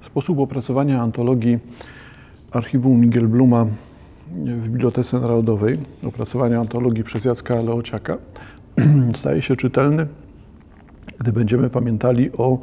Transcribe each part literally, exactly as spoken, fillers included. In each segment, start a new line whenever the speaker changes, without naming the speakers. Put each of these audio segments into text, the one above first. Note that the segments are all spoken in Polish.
Sposób opracowania antologii Archiwum Ringelbluma w Bibliotece Narodowej, opracowania antologii przez Jacka Leociaka, staje się czytelny, gdy będziemy pamiętali o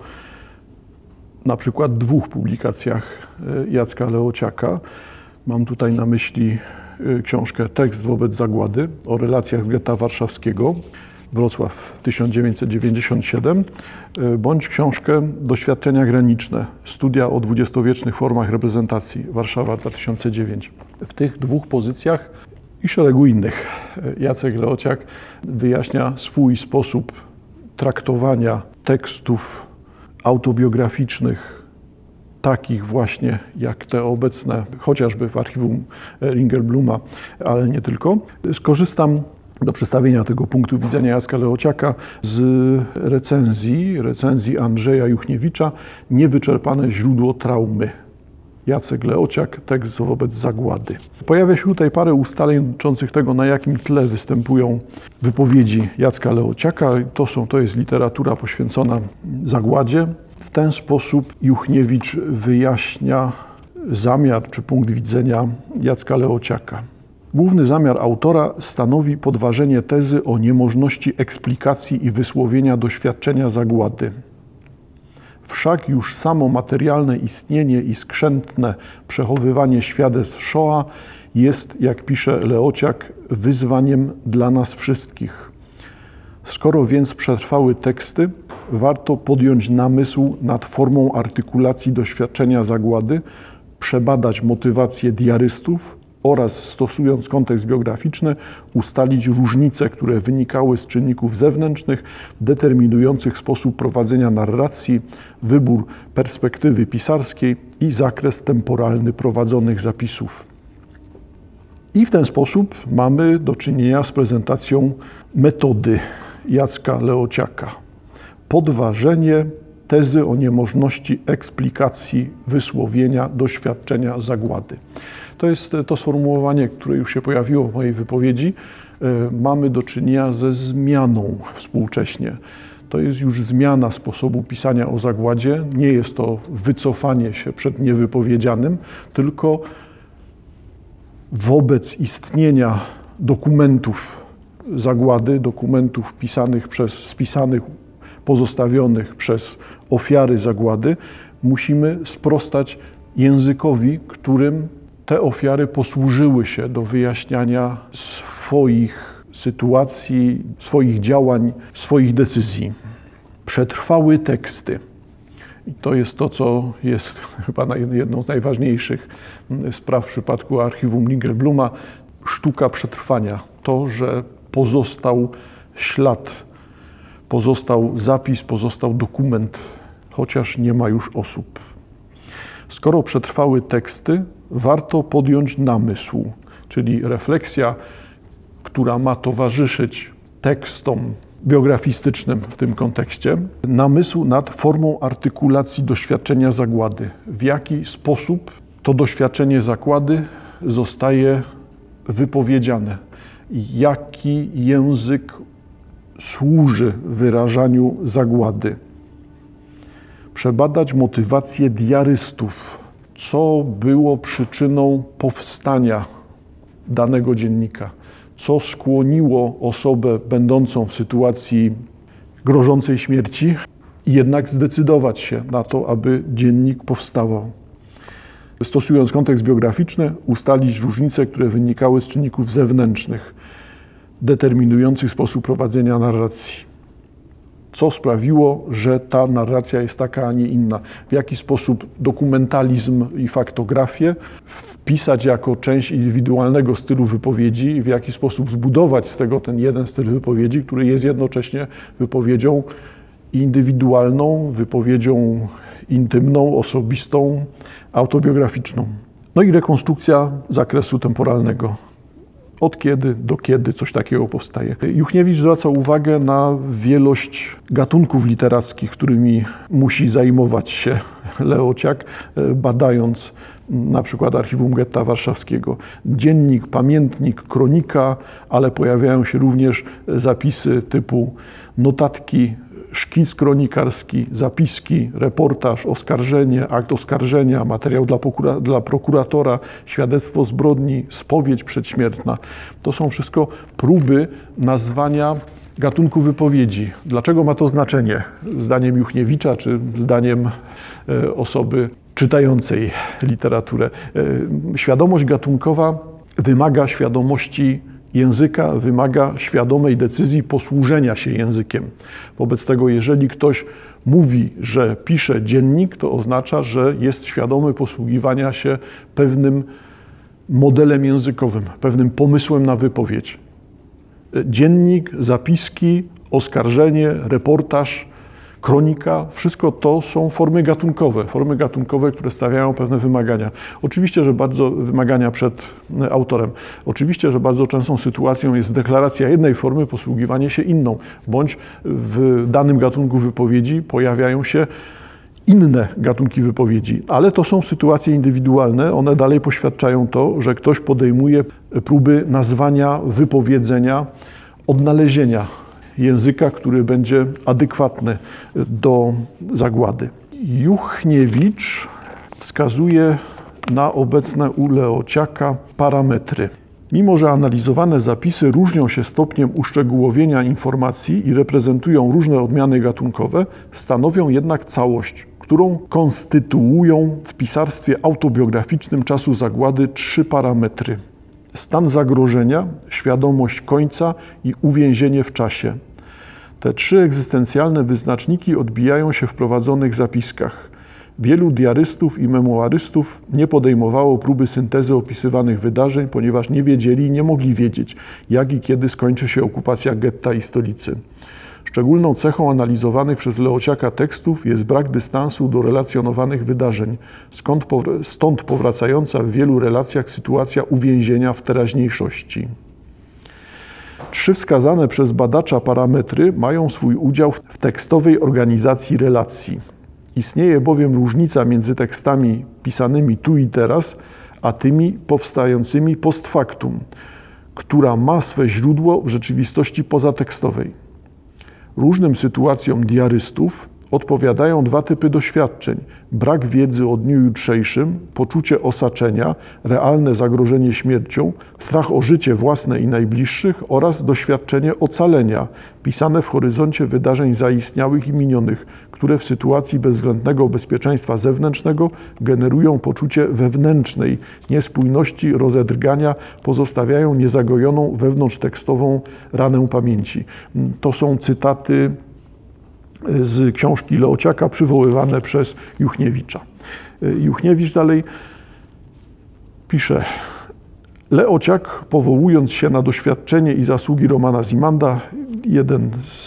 na przykład dwóch publikacjach Jacka Leociaka. Mam tutaj na myśli książkę Tekst wobec zagłady o relacjach z getta warszawskiego, Wrocław tysiąc dziewięćset dziewięćdziesiąt siedem, bądź książkę Doświadczenia graniczne, studia o dwudziestowiecznych formach reprezentacji, Warszawa dwa tysiące dziewięć. W tych dwóch pozycjach i szeregu innych Jacek Leociak wyjaśnia swój sposób traktowania tekstów autobiograficznych, takich właśnie jak te obecne, chociażby w archiwum Ringelbluma, ale nie tylko. Skorzystam do przedstawienia tego punktu widzenia Jacka Leociaka z recenzji, recenzji Andrzeja Juchniewicza, Niewyczerpane źródło traumy. Jacek Leociak, tekst wobec zagłady. Pojawia się tutaj parę ustaleń dotyczących tego, na jakim tle występują wypowiedzi Jacka Leociaka. To, są, to jest literatura poświęcona zagładzie. W ten sposób Juchniewicz wyjaśnia zamiar czy punkt widzenia Jacka Leociaka. Główny zamiar autora stanowi podważenie tezy o niemożności eksplikacji i wysłowienia doświadczenia zagłady. Wszak już samo materialne istnienie i skrzętne przechowywanie świadectw Shoah jest, jak pisze Leociak, wyzwaniem dla nas wszystkich. Skoro więc przetrwały teksty, warto podjąć namysł nad formą artykulacji doświadczenia zagłady, przebadać motywacje diarystów oraz, stosując kontekst biograficzny, ustalić różnice, które wynikały z czynników zewnętrznych, determinujących sposób prowadzenia narracji, wybór perspektywy pisarskiej i zakres temporalny prowadzonych zapisów. I w ten sposób mamy do czynienia z prezentacją metody Jacka Leociaka. Podważenie tezy o niemożności eksplikacji wysłowienia doświadczenia zagłady. To jest to sformułowanie, które już się pojawiło w mojej wypowiedzi. Mamy do czynienia ze zmianą współcześnie. To jest już zmiana sposobu pisania o zagładzie. Nie jest to wycofanie się przed niewypowiedzianym, tylko wobec istnienia dokumentów zagłady, dokumentów pisanych przez, spisanych, pozostawionych przez ofiary zagłady, musimy sprostać językowi, którym te ofiary posłużyły się do wyjaśniania swoich sytuacji, swoich działań, swoich decyzji. Przetrwały teksty. I to jest to, co jest chyba jedną z najważniejszych spraw w przypadku archiwum Ringelbluma. Sztuka przetrwania. To, że pozostał ślad, pozostał zapis, pozostał dokument, chociaż nie ma już osób. Skoro przetrwały teksty, warto podjąć namysł, czyli refleksja, która ma towarzyszyć tekstom biografistycznym w tym kontekście, namysł nad formą artykulacji doświadczenia zagłady. W jaki sposób to doświadczenie zagłady zostaje wypowiedziane. Jaki język służy wyrażaniu zagłady. Przebadać motywacje diarystów. Co było przyczyną powstania danego dziennika? Co skłoniło osobę będącą w sytuacji grożącej śmierci jednak zdecydować się na to, aby dziennik powstawał? Stosując kontekst biograficzny, ustalić różnice, które wynikały z czynników zewnętrznych, determinujących sposób prowadzenia narracji. Co sprawiło, że ta narracja jest taka, a nie inna? W jaki sposób dokumentalizm i faktografię wpisać jako część indywidualnego stylu wypowiedzi i w jaki sposób zbudować z tego ten jeden styl wypowiedzi, który jest jednocześnie wypowiedzią indywidualną, wypowiedzią intymną, osobistą, autobiograficzną. No i rekonstrukcja zakresu temporalnego. Od kiedy do kiedy coś takiego powstaje. Juchniewicz zwraca uwagę na wielość gatunków literackich, którymi musi zajmować się Leociak, badając na przykład archiwum getta warszawskiego. Dziennik, pamiętnik, kronika, ale pojawiają się również zapisy typu notatki, szkic kronikarski, zapiski, reportaż, oskarżenie, akt oskarżenia, materiał dla, prokura dla prokuratora, świadectwo zbrodni, spowiedź przedśmiertna. To są wszystko próby nazwania gatunku wypowiedzi. Dlaczego ma to znaczenie? Zdaniem Juchniewicza czy zdaniem e, osoby czytającej literaturę? E, świadomość gatunkowa wymaga świadomości języka, wymaga świadomej decyzji posłużenia się językiem. Wobec tego, jeżeli ktoś mówi, że pisze dziennik, to oznacza, że jest świadomy posługiwania się pewnym modelem językowym, pewnym pomysłem na wypowiedź. Dziennik, zapiski, oskarżenie, reportaż, kronika, wszystko to są formy gatunkowe, formy gatunkowe, które stawiają pewne wymagania. Oczywiście, że bardzo wymagania przed autorem. Oczywiście, że bardzo częstą sytuacją jest deklaracja jednej formy, posługiwanie się inną, bądź w danym gatunku wypowiedzi pojawiają się inne gatunki wypowiedzi, ale to są sytuacje indywidualne, one dalej poświadczają to, że ktoś podejmuje próby nazwania, wypowiedzenia, odnalezienia języka, który będzie adekwatny do zagłady. Juchniewicz wskazuje na obecne u Leociaka parametry. Mimo że analizowane zapisy różnią się stopniem uszczegółowienia informacji i reprezentują różne odmiany gatunkowe, stanowią jednak całość, którą konstytuują w pisarstwie autobiograficznym czasu zagłady trzy parametry: stan zagrożenia, świadomość końca i uwięzienie w czasie. Te trzy egzystencjalne wyznaczniki odbijają się w prowadzonych zapiskach. Wielu diarystów i memuarystów nie podejmowało próby syntezy opisywanych wydarzeń, ponieważ nie wiedzieli i nie mogli wiedzieć, jak i kiedy skończy się okupacja getta i stolicy. Szczególną cechą analizowanych przez Leociaka tekstów jest brak dystansu do relacjonowanych wydarzeń, skąd, stąd powracająca w wielu relacjach sytuacja uwięzienia w teraźniejszości. Trzy wskazane przez badacza parametry mają swój udział w tekstowej organizacji relacji. Istnieje bowiem różnica między tekstami pisanymi tu i teraz, a tymi powstającymi post factum, która ma swe źródło w rzeczywistości pozatekstowej. Różnym sytuacjom diarystów odpowiadają dwa typy doświadczeń: brak wiedzy o dniu jutrzejszym, poczucie osaczenia, realne zagrożenie śmiercią, strach o życie własne i najbliższych oraz doświadczenie ocalenia, pisane w horyzoncie wydarzeń zaistniałych i minionych, które w sytuacji bezwzględnego bezpieczeństwa zewnętrznego generują poczucie wewnętrznej niespójności, rozedrgania, pozostawiają niezagojoną wewnątrztekstową ranę pamięci. To są cytaty z książki Leociaka przywoływane przez Juchniewicza. Juchniewicz dalej pisze: Leociak, powołując się na doświadczenie i zasługi Romana Zimanda, jeden z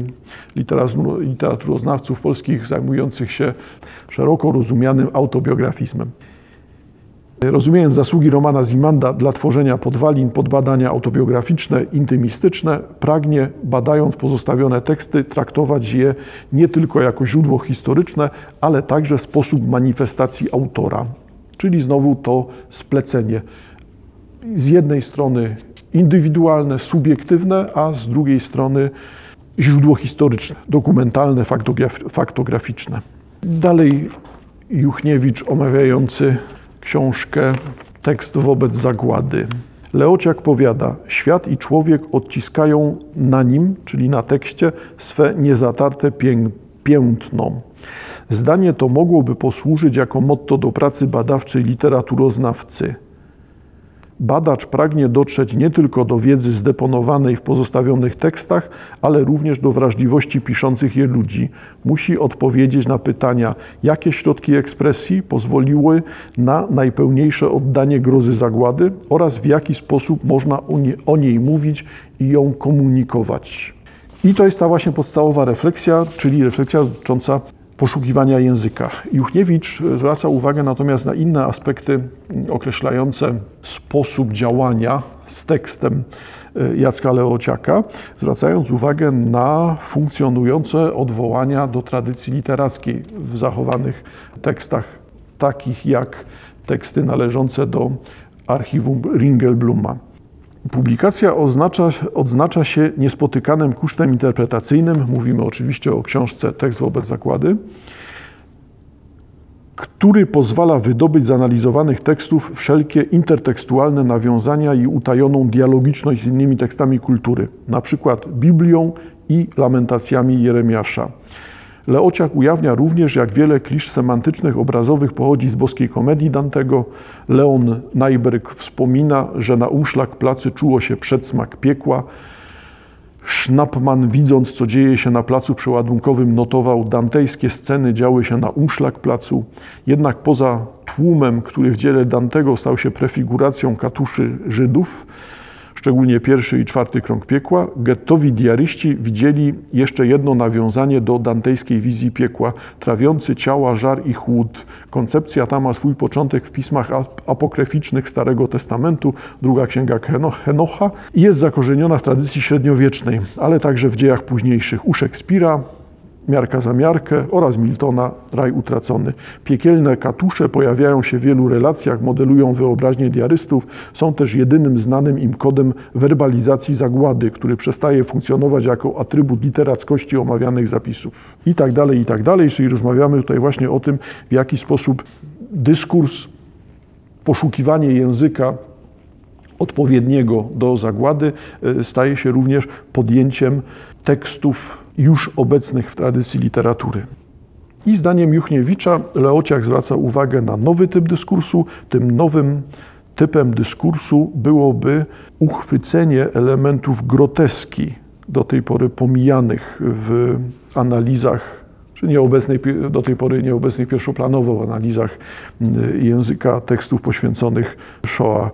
literaturoznawców polskich zajmujących się szeroko rozumianym autobiografizmem. Rozumiejąc zasługi Romana Zimanda dla tworzenia podwalin pod badania autobiograficzne, intymistyczne, pragnie, badając pozostawione teksty, traktować je nie tylko jako źródło historyczne, ale także sposób manifestacji autora. Czyli znowu to splecenie. Z jednej strony indywidualne, subiektywne, a z drugiej strony źródło historyczne, dokumentalne, faktograficzne. Dalej Juchniewicz omawiający książkę Tekst wobec zagłady. Leociak powiada: świat i człowiek odciskają na nim, czyli na tekście, swe niezatarte piętno. Zdanie to mogłoby posłużyć jako motto do pracy badawczej literaturoznawcy. Badacz pragnie dotrzeć nie tylko do wiedzy zdeponowanej w pozostawionych tekstach, ale również do wrażliwości piszących je ludzi. Musi odpowiedzieć na pytania, jakie środki ekspresji pozwoliły na najpełniejsze oddanie grozy zagłady oraz w jaki sposób można o, nie, o niej mówić i ją komunikować. I to jest ta właśnie podstawowa refleksja, czyli refleksja dotycząca poszukiwania języka. Juchniewicz zwraca uwagę natomiast na inne aspekty określające sposób działania z tekstem Jacka Leociaka, zwracając uwagę na funkcjonujące odwołania do tradycji literackiej w zachowanych tekstach, takich jak teksty należące do archiwum Ringelbluma. Publikacja oznacza, odznacza się niespotykanym kosztem interpretacyjnym, mówimy oczywiście o książce Tekst wobec zagłady, który pozwala wydobyć z analizowanych tekstów wszelkie intertekstualne nawiązania i utajoną dialogiczność z innymi tekstami kultury, na przykład Biblią i lamentacjami Jeremiasza. Leociak ujawnia również, jak wiele klisz semantycznych, obrazowych pochodzi z boskiej komedii Dantego. Leon Najberg wspomina, że na umszlak placy czuło się przedsmak piekła. Schnappmann, widząc, co dzieje się na placu przeładunkowym, notował: dantejskie sceny działy się na umszlak placu. Jednak poza tłumem, który w dziele Dantego stał się prefiguracją katuszy Żydów, szczególnie pierwszy i czwarty krąg piekła, gettowi diaryści widzieli jeszcze jedno nawiązanie do dantejskiej wizji piekła, trawiący ciała żar i chłód. Koncepcja ta ma swój początek w pismach apokryficznych Starego Testamentu, druga księga Henocha, i jest zakorzeniona w tradycji średniowiecznej, ale także w dziejach późniejszych u Szekspira, Miarka za miarkę oraz Miltona, Raj utracony. Piekielne katusze pojawiają się w wielu relacjach, modelują wyobraźnię diarystów, są też jedynym znanym im kodem werbalizacji zagłady, który przestaje funkcjonować jako atrybut literackości omawianych zapisów. I tak dalej, i tak dalej, czyli rozmawiamy tutaj właśnie o tym, w jaki sposób dyskurs, poszukiwanie języka odpowiedniego do zagłady staje się również podjęciem tekstów już obecnych w tradycji literatury. I zdaniem Juchniewicza Leociak zwraca uwagę na nowy typ dyskursu. Tym nowym typem dyskursu byłoby uchwycenie elementów groteski, do tej pory pomijanych w analizach, czy nieobecnej, do tej pory nieobecnych pierwszoplanowo w analizach języka tekstów poświęconych Shoah.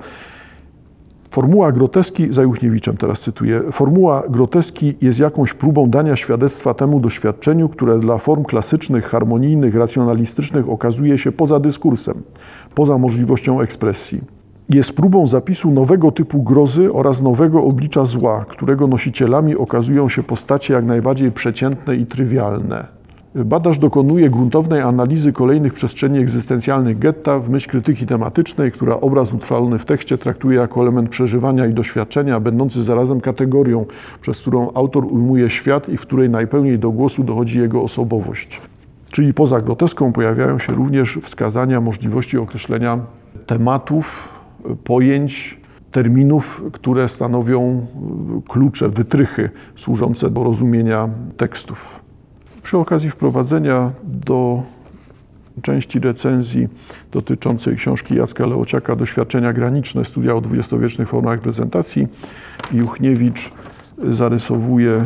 Formuła groteski, za Juchniewiczem teraz cytuję, formuła groteski jest jakąś próbą dania świadectwa temu doświadczeniu, które dla form klasycznych, harmonijnych, racjonalistycznych okazuje się poza dyskursem, poza możliwością ekspresji. Jest próbą zapisu nowego typu grozy oraz nowego oblicza zła, którego nosicielami okazują się postacie jak najbardziej przeciętne i trywialne. Badacz dokonuje gruntownej analizy kolejnych przestrzeni egzystencjalnych getta w myśl krytyki tematycznej, która obraz utrwalony w tekście traktuje jako element przeżywania i doświadczenia, będący zarazem kategorią, przez którą autor ujmuje świat i w której najpełniej do głosu dochodzi jego osobowość. Czyli poza groteską pojawiają się również wskazania możliwości określenia tematów, pojęć, terminów, które stanowią klucze, wytrychy służące do rozumienia tekstów. Przy okazji wprowadzenia do części recenzji dotyczącej książki Jacka Leociaka Doświadczenia graniczne, studia o dwudziestowiecznych formach prezentacji, Juchniewicz zarysowuje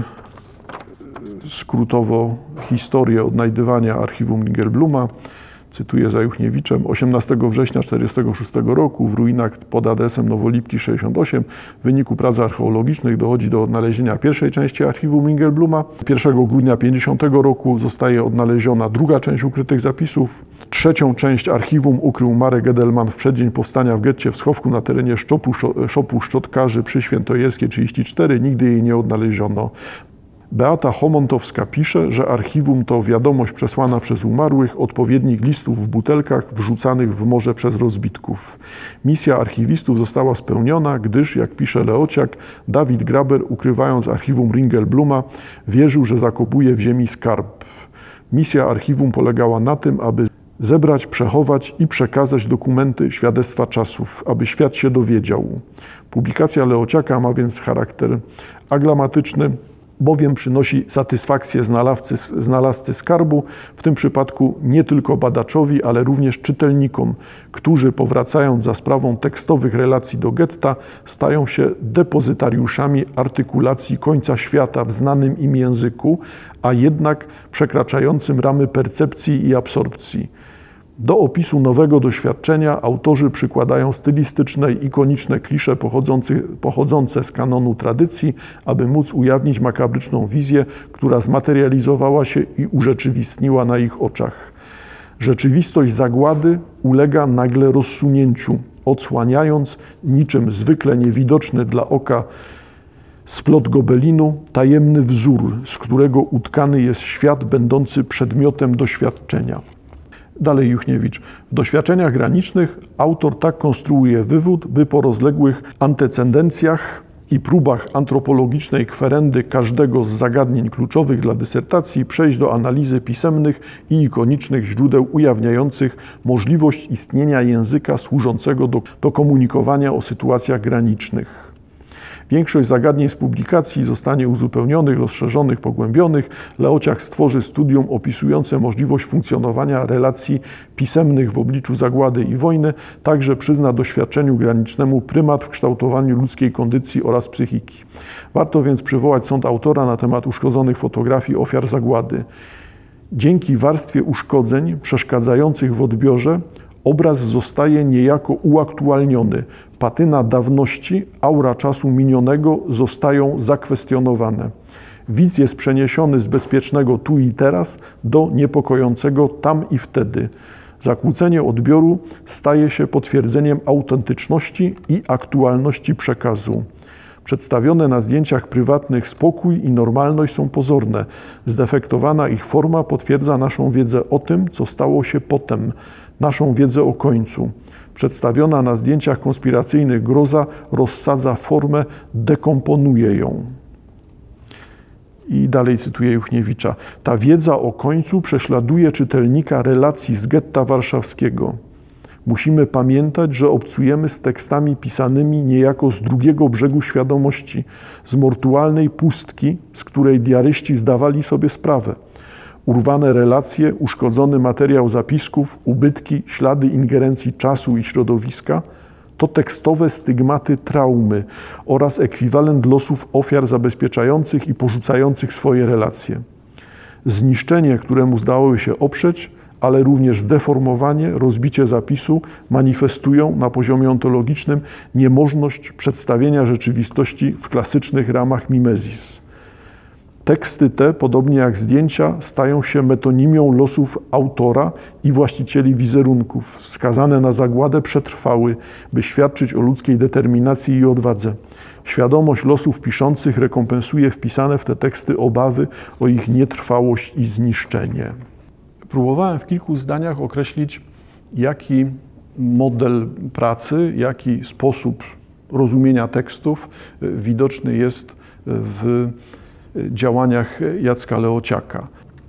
skrótowo historię odnajdywania archiwum Ringelbluma. Cytuję za Juchniewiczem: osiemnastego września tysiąc dziewięćset czterdziestego szóstego roku w ruinach pod adresem Nowolipki sześćdziesiąt osiem w wyniku prac archeologicznych dochodzi do odnalezienia pierwszej części archiwum Ringelbluma. pierwszego grudnia tysiąc dziewięćset pięćdziesiątego roku zostaje odnaleziona druga część ukrytych zapisów. Trzecią część archiwum ukrył Marek Edelman w przeddzień powstania w getcie w schowku na terenie Szczopu, Szopu Szczotkarzy przy Świętojelskiej trzydzieści cztery. Nigdy jej nie odnaleziono. Beata Homontowska pisze, że archiwum to wiadomość przesłana przez umarłych, odpowiednik listów w butelkach wrzucanych w morze przez rozbitków. Misja archiwistów została spełniona, gdyż, jak pisze Leociak, Dawid Graber, ukrywając archiwum Ringelbluma, wierzył, że zakopuje w ziemi skarb. Misja archiwum polegała na tym, aby zebrać, przechować i przekazać dokumenty, świadectwa czasów, aby świat się dowiedział. Publikacja Leociaka ma więc charakter aglamatyczny, bowiem przynosi satysfakcję znalazcy, znalazcy skarbu, w tym przypadku nie tylko badaczowi, ale również czytelnikom, którzy powracając za sprawą tekstowych relacji do getta, stają się depozytariuszami artykulacji końca świata w znanym im języku, a jednak przekraczającym ramy percepcji i absorpcji. Do opisu nowego doświadczenia autorzy przykładają stylistyczne i ikoniczne klisze pochodzące z kanonu tradycji, aby móc ujawnić makabryczną wizję, która zmaterializowała się i urzeczywistniła na ich oczach. Rzeczywistość zagłady ulega nagle rozsunięciu, odsłaniając, niczym zwykle niewidoczny dla oka splot gobelinu, tajemny wzór, z którego utkany jest świat będący przedmiotem doświadczenia. Dalej Juchniewicz. W doświadczeniach granicznych autor tak konstruuje wywód, by po rozległych antecedencjach i próbach antropologicznej kwerendy każdego z zagadnień kluczowych dla dysertacji przejść do analizy pisemnych i ikonicznych źródeł ujawniających możliwość istnienia języka służącego do, do komunikowania o sytuacjach granicznych. Większość zagadnień z publikacji zostanie uzupełnionych, rozszerzonych, pogłębionych. Leociak stworzy studium opisujące możliwość funkcjonowania relacji pisemnych w obliczu zagłady i wojny, także przyzna doświadczeniu granicznemu prymat w kształtowaniu ludzkiej kondycji oraz psychiki. Warto więc przywołać sąd autora na temat uszkodzonych fotografii ofiar zagłady. Dzięki warstwie uszkodzeń przeszkadzających w odbiorze obraz zostaje niejako uaktualniony. Patyna dawności, aura czasu minionego zostają zakwestionowane. Widz jest przeniesiony z bezpiecznego tu i teraz do niepokojącego tam i wtedy. Zakłócenie odbioru staje się potwierdzeniem autentyczności i aktualności przekazu. Przedstawione na zdjęciach prywatnych spokój i normalność są pozorne. Zdefektowana ich forma potwierdza naszą wiedzę o tym, co stało się potem, naszą wiedzę o końcu. Przedstawiona na zdjęciach konspiracyjnych groza rozsadza formę, dekomponuje ją. I dalej cytuję Juchniewicza. Ta wiedza o końcu prześladuje czytelnika relacji z getta warszawskiego. Musimy pamiętać, że obcujemy z tekstami pisanymi niejako z drugiego brzegu świadomości, z mortualnej pustki, z której diaryści zdawali sobie sprawę. Urwane relacje, uszkodzony materiał zapisków, ubytki, ślady ingerencji czasu i środowiska to tekstowe stygmaty traumy oraz ekwiwalent losów ofiar zabezpieczających i porzucających swoje relacje. Zniszczenie, któremu zdało się oprzeć, ale również zdeformowanie, rozbicie zapisu manifestują na poziomie ontologicznym niemożność przedstawienia rzeczywistości w klasycznych ramach mimesis. Teksty te, podobnie jak zdjęcia, stają się metonimią losów autora i właścicieli wizerunków. Skazane na zagładę przetrwały, by świadczyć o ludzkiej determinacji i odwadze. Świadomość losów piszących rekompensuje wpisane w te teksty obawy o ich nietrwałość i zniszczenie. Próbowałem w kilku zdaniach określić, jaki model pracy, jaki sposób rozumienia tekstów widoczny jest w działaniach Jacka Leociaka.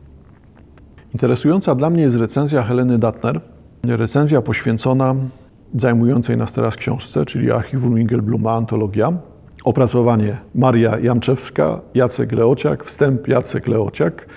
Interesująca dla mnie jest recenzja Heleny Dattner, recenzja poświęcona zajmującej nas teraz książce, czyli Archiwum Ringelbluma, antologia. Opracowanie Maria Janczewska, Jacek Leociak, wstęp Jacek Leociak,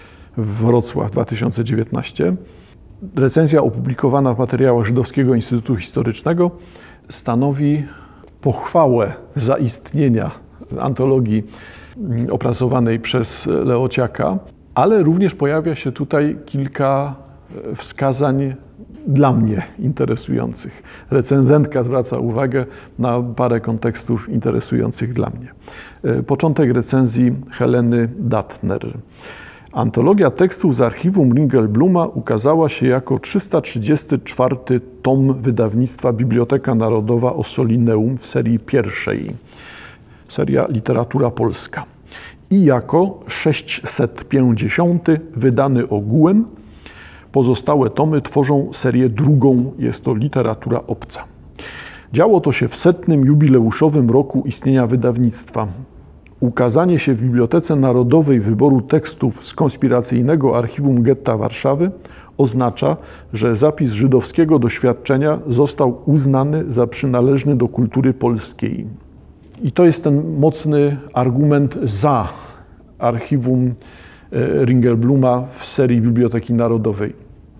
Wrocław dwa tysiące dziewiętnaście. Recenzja opublikowana w materiałach Żydowskiego Instytutu Historycznego stanowi pochwałę zaistnienia antologii opracowanej przez Leociaka, ale również pojawia się tutaj kilka wskazań dla mnie interesujących. Recenzentka zwraca uwagę na parę kontekstów interesujących dla mnie. Początek recenzji Heleny Dattner. Antologia tekstów z archiwum Ringelbluma ukazała się jako trzysta trzydziesty czwarty tom wydawnictwa Biblioteka Narodowa Ossolineum w serii pierwszej. Seria Literatura Polska. I jako sześćset pięćdziesiąty wydany ogółem. Pozostałe tomy tworzą serię drugą, jest to Literatura Obca. Działo to się w setnym jubileuszowym roku istnienia wydawnictwa. Ukazanie się w Bibliotece Narodowej wyboru tekstów z konspiracyjnego archiwum getta Warszawy oznacza, że zapis żydowskiego doświadczenia został uznany za przynależny do kultury polskiej. I to jest ten mocny argument za archiwum Ringelbluma w serii Biblioteki Narodowej.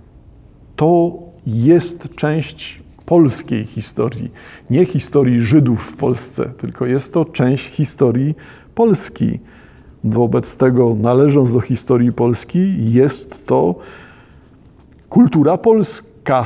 To jest część polskiej historii, nie historii Żydów w Polsce, tylko jest to część historii Polski. Wobec tego, należąc do historii Polski, jest to kultura polska.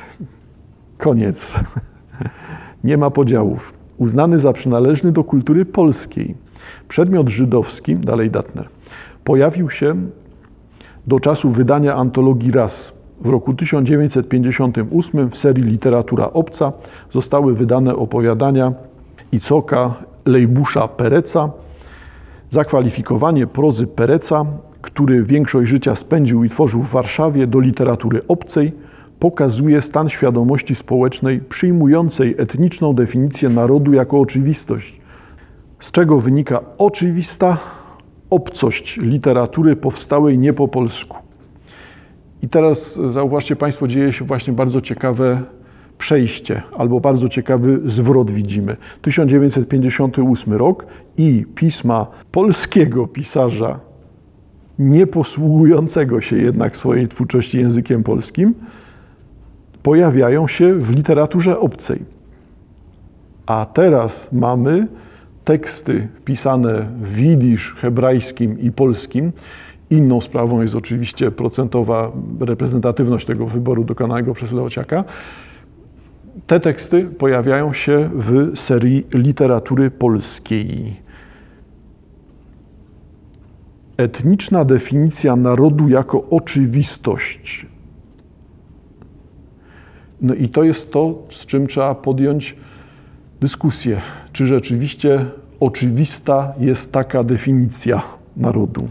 Koniec. Nie ma podziałów. Uznany za przynależny do kultury polskiej. Przedmiot żydowski, dalej Dattner, pojawił się do czasu wydania antologii raz. W roku tysiąc dziewięćset pięćdziesiątym ósmym w serii Literatura Obca zostały wydane opowiadania Icoka Lejbusza Pereca, zakwalifikowanie prozy Pereca, który większość życia spędził i tworzył w Warszawie, do literatury obcej, pokazuje stan świadomości społecznej przyjmującej etniczną definicję narodu jako oczywistość, z czego wynika oczywista obcość literatury powstałej nie po polsku. I teraz zauważcie Państwo, dzieje się właśnie bardzo ciekawe przejście, albo bardzo ciekawy zwrot widzimy. tysiąc dziewięćset pięćdziesiąty ósmy rok i pisma polskiego pisarza, nie posługującego się jednak w swojej twórczości językiem polskim, pojawiają się w literaturze obcej. A teraz mamy teksty pisane w jidysz, hebrajskim i polskim. Inną sprawą jest oczywiście procentowa reprezentatywność tego wyboru dokonanego przez Leociaka. Te teksty pojawiają się w serii literatury polskiej. Etniczna definicja narodu jako oczywistość. No i to jest to, z czym trzeba podjąć dyskusję. Czy rzeczywiście oczywista jest taka definicja narodu?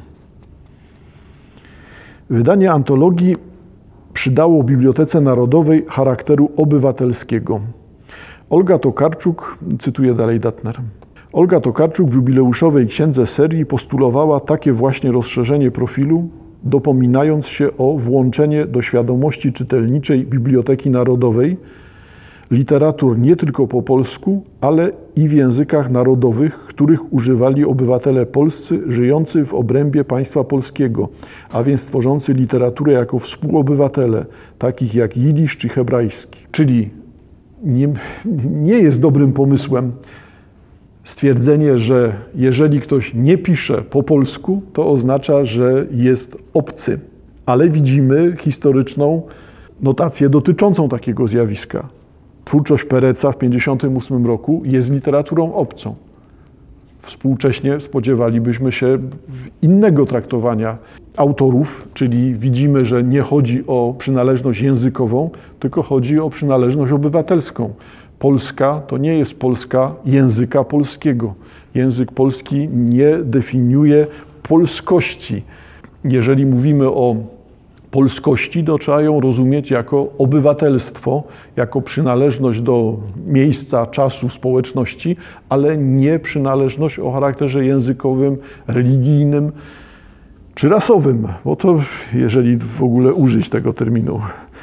Wydanie antologii przydało Bibliotece Narodowej charakteru obywatelskiego. Olga Tokarczuk, cytuję dalej Dattner, Olga Tokarczuk w jubileuszowej księdze serii postulowała takie właśnie rozszerzenie profilu, dopominając się o włączenie do świadomości czytelniczej Biblioteki Narodowej literatur nie tylko po polsku, ale i w językach narodowych, których używali obywatele polscy żyjący w obrębie państwa polskiego, a więc tworzący literaturę jako współobywatele, takich jak jidysz czy hebrajski. Czyli nie, nie jest dobrym pomysłem stwierdzenie, że jeżeli ktoś nie pisze po polsku, to oznacza, że jest obcy. Ale widzimy historyczną notację dotyczącą takiego zjawiska. Twórczość Pereca w tysiąc dziewięćset pięćdziesiątym ósmym roku jest literaturą obcą. Współcześnie spodziewalibyśmy się innego traktowania autorów, czyli widzimy, że nie chodzi o przynależność językową, tylko chodzi o przynależność obywatelską. Polska to nie jest Polska języka polskiego. Język polski nie definiuje polskości. Jeżeli mówimy o polskości, to trzeba ją rozumieć jako obywatelstwo, jako przynależność do miejsca, czasu, społeczności, ale nie przynależność o charakterze językowym, religijnym czy rasowym, bo to, jeżeli w ogóle użyć tego terminu,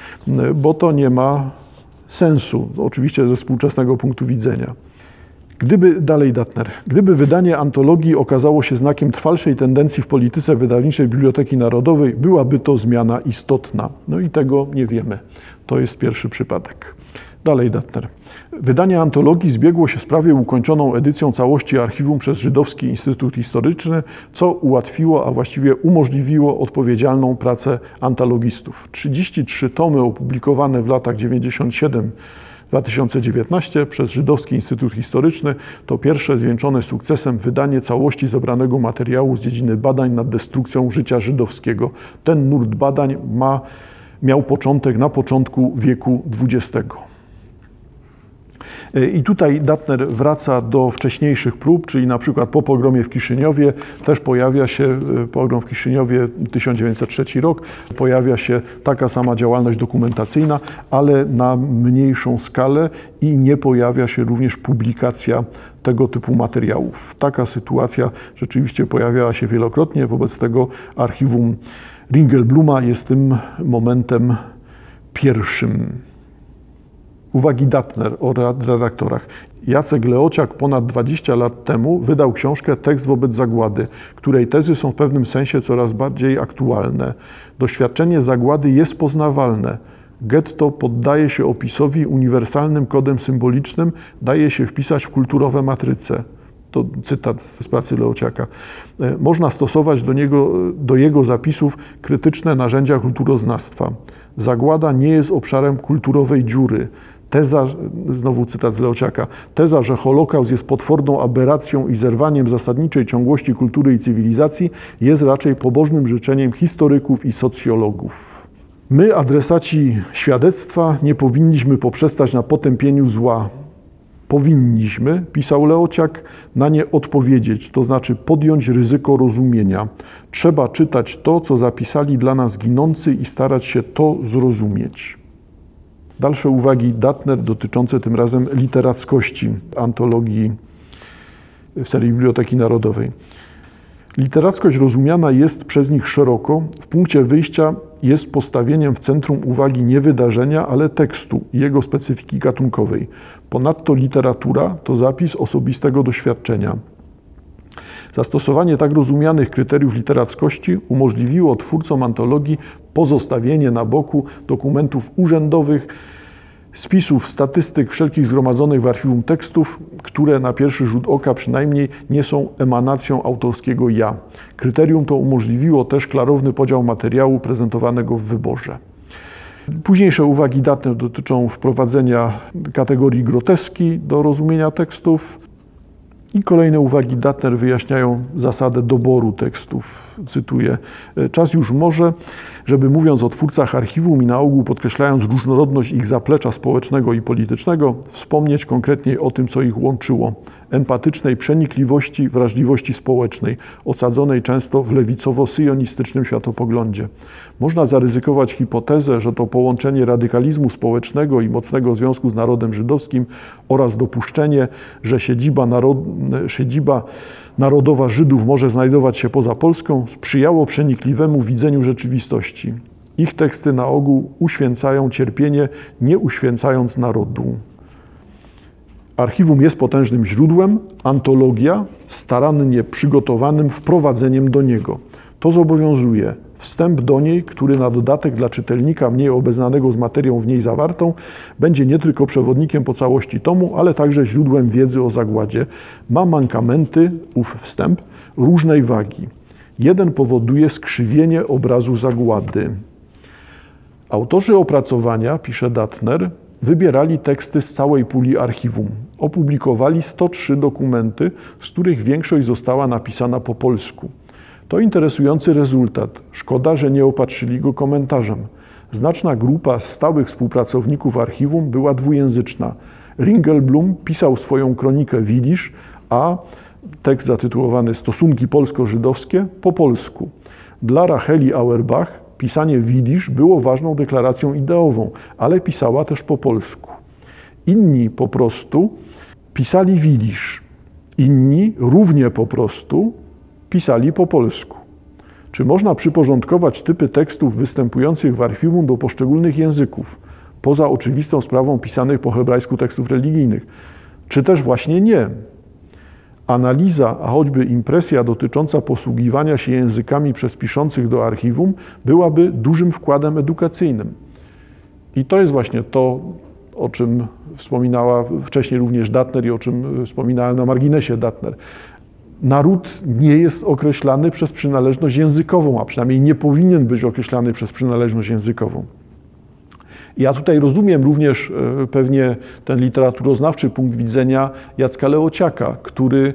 bo to nie ma sensu, oczywiście ze współczesnego punktu widzenia. Gdyby, dalej Dattner, gdyby wydanie antologii okazało się znakiem trwalszej tendencji w polityce wydawniczej Biblioteki Narodowej, byłaby to zmiana istotna. No i tego nie wiemy. To jest pierwszy przypadek. Dalej Dattner. Wydanie antologii zbiegło się z prawie ukończoną edycją całości archiwum przez Żydowski Instytut Historyczny, co ułatwiło, a właściwie umożliwiło odpowiedzialną pracę antologistów. trzydzieści trzy tomy opublikowane w latach dziewięćdziesiątym siódmym do dwa tysiące dziewiętnastego przez Żydowski Instytut Historyczny to pierwsze zwieńczone sukcesem wydanie całości zebranego materiału z dziedziny badań nad destrukcją życia żydowskiego. Ten nurt badań ma, miał początek na początku wieku dwudziestego. I tutaj Dattner wraca do wcześniejszych prób, czyli na przykład po pogromie w Kiszyniowie też pojawia się, pogrom w Kiszyniowie tysiąc dziewięćset trzeci rok, pojawia się taka sama działalność dokumentacyjna, ale na mniejszą skalę i nie pojawia się również publikacja tego typu materiałów. Taka sytuacja rzeczywiście pojawiała się wielokrotnie, wobec tego archiwum Ringelbluma jest tym momentem pierwszym. Uwagi Dattner o redaktorach. Jacek Leociak ponad dwadzieścia lat temu wydał książkę Tekst wobec zagłady, której tezy są w pewnym sensie coraz bardziej aktualne. Doświadczenie zagłady jest poznawalne. Getto poddaje się opisowi uniwersalnym kodem symbolicznym, daje się wpisać w kulturowe matryce. To cytat z pracy Leociaka. Można stosować do niego, do jego zapisów krytyczne narzędzia kulturoznawstwa. Zagłada nie jest obszarem kulturowej dziury. Teza, znowu cytat z Leociaka, teza, że Holokaust jest potworną aberracją i zerwaniem zasadniczej ciągłości kultury i cywilizacji, jest raczej pobożnym życzeniem historyków i socjologów. My, adresaci świadectwa, nie powinniśmy poprzestać na potępieniu zła. Powinniśmy, pisał Leociak, na nie odpowiedzieć, to znaczy podjąć ryzyko rozumienia. Trzeba czytać to, co zapisali dla nas ginący i starać się to zrozumieć. Dalsze uwagi Dattner dotyczące tym razem literackości antologii w serii Biblioteki Narodowej. Literackość rozumiana jest przez nich szeroko. W punkcie wyjścia jest postawieniem w centrum uwagi nie wydarzenia, ale tekstu i jego specyfiki gatunkowej. Ponadto literatura to zapis osobistego doświadczenia. Zastosowanie tak rozumianych kryteriów literackości umożliwiło twórcom antologii pozostawienie na boku dokumentów urzędowych, spisów, statystyk, wszelkich zgromadzonych w archiwum tekstów, które na pierwszy rzut oka przynajmniej nie są emanacją autorskiego ja. Kryterium to umożliwiło też klarowny podział materiału prezentowanego w wyborze. Późniejsze uwagi Dattner dotyczą wprowadzenia kategorii groteski do rozumienia tekstów. I kolejne uwagi Dattner wyjaśniają zasadę doboru tekstów. Cytuję: czas już może, żeby mówiąc o twórcach archiwum i na ogół podkreślając różnorodność ich zaplecza społecznego i politycznego, wspomnieć konkretniej o tym, co ich łączyło. Empatycznej przenikliwości, wrażliwości społecznej, osadzonej często w lewicowo-syjonistycznym światopoglądzie. Można zaryzykować hipotezę, że to połączenie radykalizmu społecznego i mocnego związku z narodem żydowskim oraz dopuszczenie, że siedziba, narod... siedziba narodowa Żydów może znajdować się poza Polską, sprzyjało przenikliwemu widzeniu rzeczywistości. Ich teksty na ogół uświęcają cierpienie, nie uświęcając narodu. Archiwum jest potężnym źródłem, antologia starannie przygotowanym wprowadzeniem do niego. To zobowiązuje wstęp do niej, który na dodatek dla czytelnika mniej obeznanego z materią w niej zawartą, będzie nie tylko przewodnikiem po całości tomu, ale także źródłem wiedzy o zagładzie. Ma mankamenty, ów wstęp, różnej wagi. Jeden powoduje skrzywienie obrazu zagłady. Autorzy opracowania, pisze Dattner, wybierali teksty z całej puli archiwum. Opublikowali sto trzy dokumenty, z których większość została napisana po polsku. To interesujący rezultat. Szkoda, że nie opatrzyli go komentarzem. Znaczna grupa stałych współpracowników archiwum była dwujęzyczna. Ringelblum pisał swoją kronikę w jidysz, a tekst zatytułowany Stosunki polsko-żydowskie po polsku. Dla Racheli Auerbach pisanie w jidysz było ważną deklaracją ideową, ale pisała też po polsku. Inni po prostu pisali w jidysz. Inni równie po prostu pisali po polsku. Czy można przyporządkować typy tekstów występujących w archiwum do poszczególnych języków, poza oczywistą sprawą pisanych po hebrajsku tekstów religijnych? Czy też właśnie nie? Analiza, a choćby impresja dotycząca posługiwania się językami przez piszących do archiwum byłaby dużym wkładem edukacyjnym. I to jest właśnie to, o czym wspominała wcześniej również Dattner i o czym wspominałem na marginesie Dattner. Naród nie jest określany przez przynależność językową, a przynajmniej nie powinien być określany przez przynależność językową. Ja tutaj rozumiem również pewnie ten literaturoznawczy punkt widzenia Jacka Leociaka, który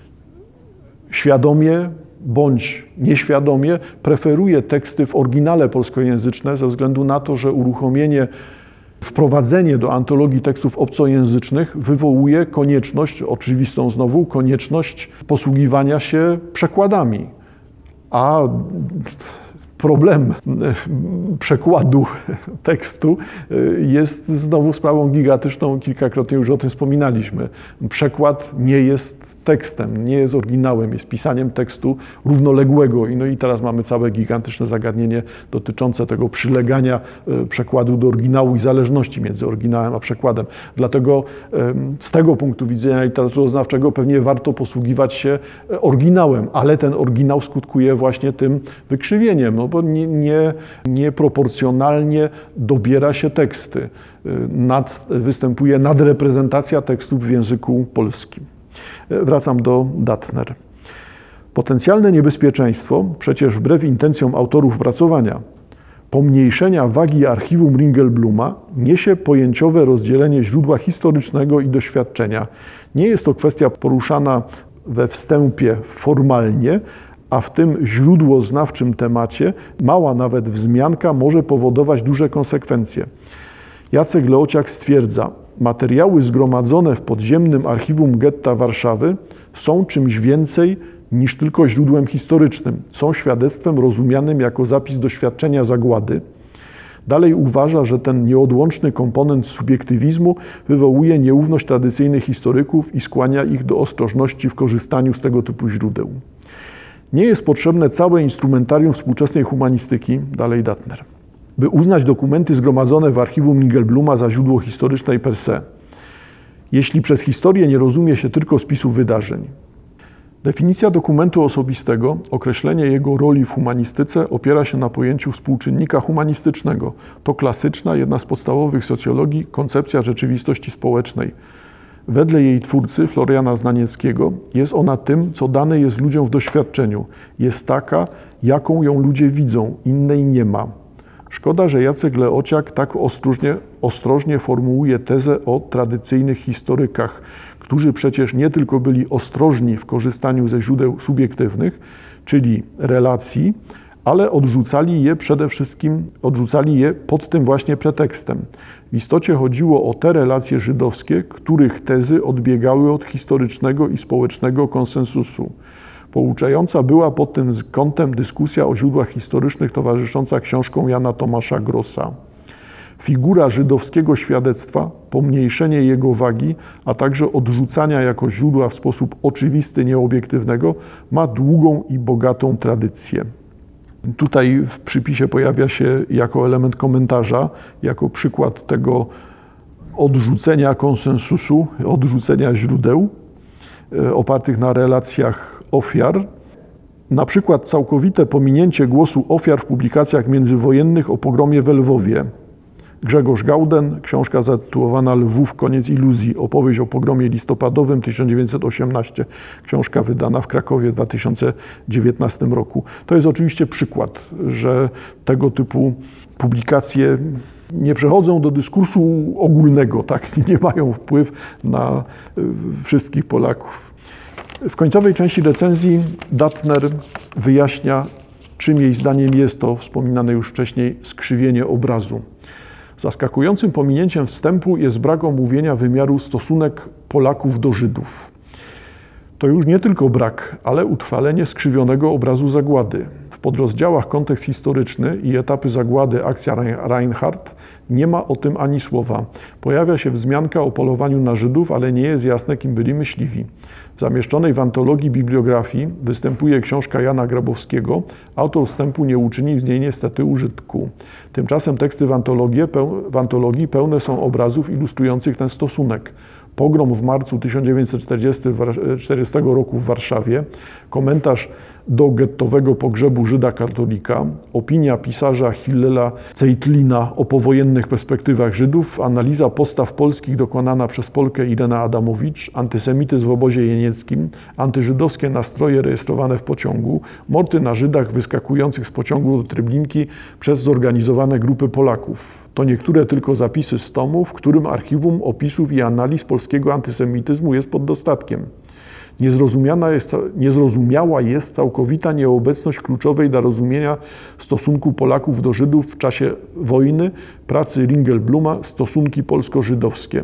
świadomie bądź nieświadomie preferuje teksty w oryginale polskojęzyczne ze względu na to, że uruchomienie, wprowadzenie do antologii tekstów obcojęzycznych wywołuje konieczność, oczywistą znowu, konieczność posługiwania się przekładami. A problem przekładu tekstu jest znowu sprawą gigantyczną, kilkakrotnie już o tym wspominaliśmy. Przekład nie jest tekstem, nie jest oryginałem, jest pisaniem tekstu równoległego. No i teraz mamy całe gigantyczne zagadnienie dotyczące tego przylegania przekładu do oryginału i zależności między oryginałem a przekładem. Dlatego z tego punktu widzenia literaturoznawczego pewnie warto posługiwać się oryginałem, ale ten oryginał skutkuje właśnie tym wykrzywieniem, no bo nie, nie, nieproporcjonalnie dobiera się teksty. Nad, występuje nadreprezentacja tekstów w języku polskim. Wracam do Dattner. Potencjalne niebezpieczeństwo, przecież wbrew intencjom autorów opracowania, pomniejszenia wagi archiwum Ringelbluma niesie pojęciowe rozdzielenie źródła historycznego i doświadczenia. Nie jest to kwestia poruszana we wstępie formalnie, a w tym źródłoznawczym temacie mała nawet wzmianka może powodować duże konsekwencje. Jacek Leociak stwierdza, Materiały zgromadzone w podziemnym archiwum getta Warszawy są czymś więcej niż tylko źródłem historycznym. Są świadectwem rozumianym jako zapis doświadczenia zagłady. Dalej uważa, że ten nieodłączny komponent subiektywizmu wywołuje nieufność tradycyjnych historyków i skłania ich do ostrożności w korzystaniu z tego typu źródeł. Nie jest potrzebne całe instrumentarium współczesnej humanistyki, dalej Dattner, by uznać dokumenty zgromadzone w archiwum Ringelbluma za źródło historyczne per se, jeśli przez historię nie rozumie się tylko spisu wydarzeń. Definicja dokumentu osobistego, określenie jego roli w humanistyce opiera się na pojęciu współczynnika humanistycznego. To klasyczna, jedna z podstawowych socjologii, koncepcja rzeczywistości społecznej. Wedle jej twórcy, Floriana Znanieckiego, jest ona tym, co dane jest ludziom w doświadczeniu. Jest taka, jaką ją ludzie widzą, innej nie ma. Szkoda, że Jacek Leociak tak ostrożnie, ostrożnie formułuje tezę o tradycyjnych historykach, którzy przecież nie tylko byli ostrożni w korzystaniu ze źródeł subiektywnych, czyli relacji, ale odrzucali je przede wszystkim, odrzucali je pod tym właśnie pretekstem. W istocie chodziło o te relacje żydowskie, których tezy odbiegały od historycznego i społecznego konsensusu. Pouczająca była pod tym kątem dyskusja o źródłach historycznych towarzysząca książkom Jana Tomasza Grossa. Figura żydowskiego świadectwa, pomniejszenie jego wagi, a także odrzucania jako źródła w sposób oczywisty, nieobiektywnego, ma długą i bogatą tradycję. Tutaj w przypisie pojawia się jako element komentarza, jako przykład tego odrzucenia konsensusu, odrzucenia źródeł opartych na relacjach ofiar. Na przykład całkowite pominięcie głosu ofiar w publikacjach międzywojennych o pogromie w Lwowie. Grzegorz Gauden, książka zatytułowana Lwów, koniec iluzji, opowieść o pogromie listopadowym tysiąc dziewięćset osiemnasty, książka wydana w Krakowie w dwa tysiące dziewiętnastym roku. To jest oczywiście przykład, że tego typu publikacje nie przechodzą do dyskursu ogólnego, tak? Nie mają wpływu na wszystkich Polaków. W końcowej części recenzji Dattner wyjaśnia, czym jej zdaniem jest to wspominane już wcześniej skrzywienie obrazu. Zaskakującym pominięciem wstępu jest brak omówienia wymiaru stosunek Polaków do Żydów. To już nie tylko brak, ale utrwalenie skrzywionego obrazu zagłady. W podrozdziałach kontekst historyczny i etapy zagłady akcja Reinhardt nie ma o tym ani słowa. Pojawia się wzmianka o polowaniu na Żydów, ale nie jest jasne, kim byli myśliwi. W zamieszczonej w antologii bibliografii występuje książka Jana Grabowskiego. Autor wstępu nie uczynił z niej niestety użytku. Tymczasem teksty w, w antologii pełne są obrazów ilustrujących ten stosunek. Pogrom w marcu tysiąc dziewięćset czterdziestego roku w Warszawie, komentarz do gettowego pogrzebu Żyda katolika, opinia pisarza Hillela Zeitlina o powojennych perspektywach Żydów, analiza postaw polskich dokonana przez Polkę Irenę Adamowicz, antysemityzm w obozie jenieckim, antyżydowskie nastroje rejestrowane w pociągu, mordy na Żydach wyskakujących z pociągu do Treblinki przez zorganizowane grupy Polaków. To niektóre tylko zapisy z tomu, w którym archiwum opisów i analiz polskiego antysemityzmu jest pod dostatkiem. Niezrozumiana jest, niezrozumiała jest całkowita nieobecność kluczowej dla rozumienia stosunku Polaków do Żydów w czasie wojny, pracy Ringelbluma Stosunki polsko-żydowskie,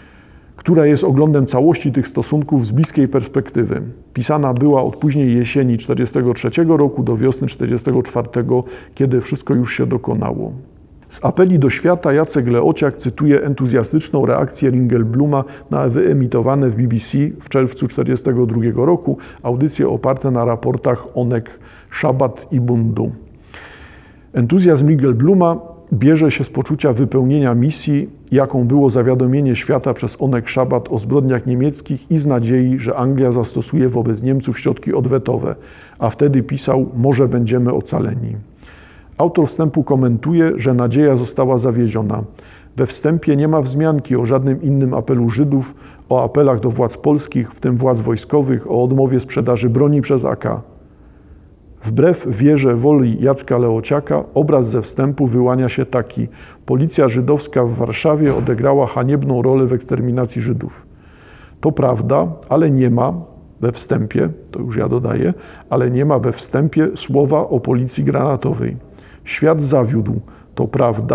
która jest oglądem całości tych stosunków z bliskiej perspektywy. Pisana była od późnej jesieni tysiąc dziewięćset czterdziestego trzeciego roku do wiosny tysiąc dziewięćset czterdziestego czwartego, kiedy wszystko już się dokonało. Z apeli do świata Jacek Leociak cytuje entuzjastyczną reakcję Ringelbluma na wyemitowane w B B C w czerwcu tysiąc dziewięćset czterdziestego drugiego roku audycje oparte na raportach Onek, Szabat i Bundu. Entuzjazm Ringelbluma bierze się z poczucia wypełnienia misji, jaką było zawiadomienie świata przez Onek Szabat o zbrodniach niemieckich i z nadziei, że Anglia zastosuje wobec Niemców środki odwetowe, a wtedy pisał, może będziemy ocaleni. Autor wstępu komentuje, że nadzieja została zawiedziona. We wstępie nie ma wzmianki o żadnym innym apelu Żydów, o apelach do władz polskich, w tym władz wojskowych, o odmowie sprzedaży broni przez A K. Wbrew wierze woli Jacka Leociaka, obraz ze wstępu wyłania się taki. Policja żydowska w Warszawie odegrała haniebną rolę w eksterminacji Żydów. To prawda, ale nie ma we wstępie, to już ja dodaję, ale nie ma we wstępie słowa o policji granatowej. Świat zawiódł, to prawda,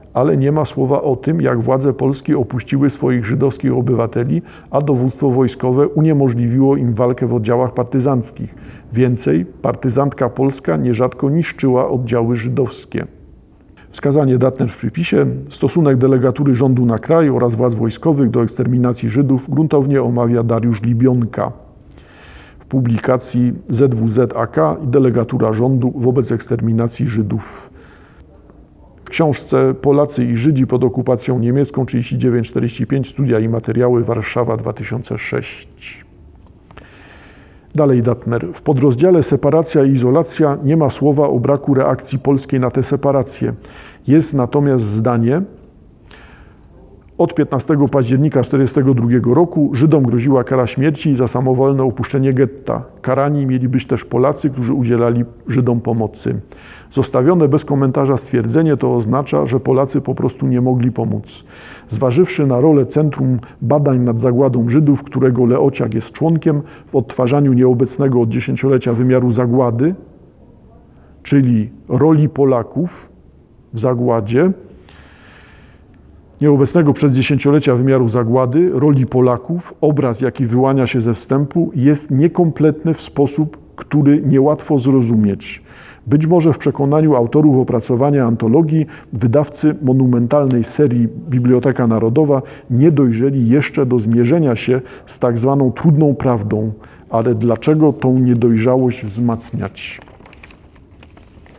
ale nie ma słowa o tym, jak władze Polski opuściły swoich żydowskich obywateli, a dowództwo wojskowe uniemożliwiło im walkę w oddziałach partyzanckich. Więcej, partyzantka polska nierzadko niszczyła oddziały żydowskie. Wskazanie datne w przypisie, stosunek delegatury rządu na kraj oraz władz wojskowych do eksterminacji Żydów gruntownie omawia Dariusz Libionka w publikacji Z W Z A K i delegatura rządu wobec eksterminacji Żydów. W książce Polacy i Żydzi pod okupacją niemiecką trzydzieści dziewięć czterdzieści pięć, studia i materiały, Warszawa dwa tysiące sześć. Dalej Datner. W podrozdziale Separacja i izolacja nie ma słowa o braku reakcji polskiej na tę separację. Jest natomiast zdanie: od piętnastego października tysiąc dziewięćset czterdziestego drugiego roku Żydom groziła kara śmierci za samowolne opuszczenie getta. Karani mieli być też Polacy, którzy udzielali Żydom pomocy. Zostawione bez komentarza stwierdzenie to oznacza, że Polacy po prostu nie mogli pomóc. Zważywszy na rolę Centrum Badań nad Zagładą Żydów, którego Leociak jest członkiem, w odtwarzaniu nieobecnego od dziesięciolecia wymiaru zagłady, czyli roli Polaków w zagładzie, nieobecnego przez dziesięciolecia wymiaru zagłady, roli Polaków, obraz, jaki wyłania się ze wstępu, jest niekompletny w sposób, który niełatwo zrozumieć. Być może w przekonaniu autorów opracowania antologii wydawcy monumentalnej serii Biblioteka Narodowa nie dojrzeli jeszcze do zmierzenia się z tak zwaną trudną prawdą, ale dlaczego tą niedojrzałość wzmacniać?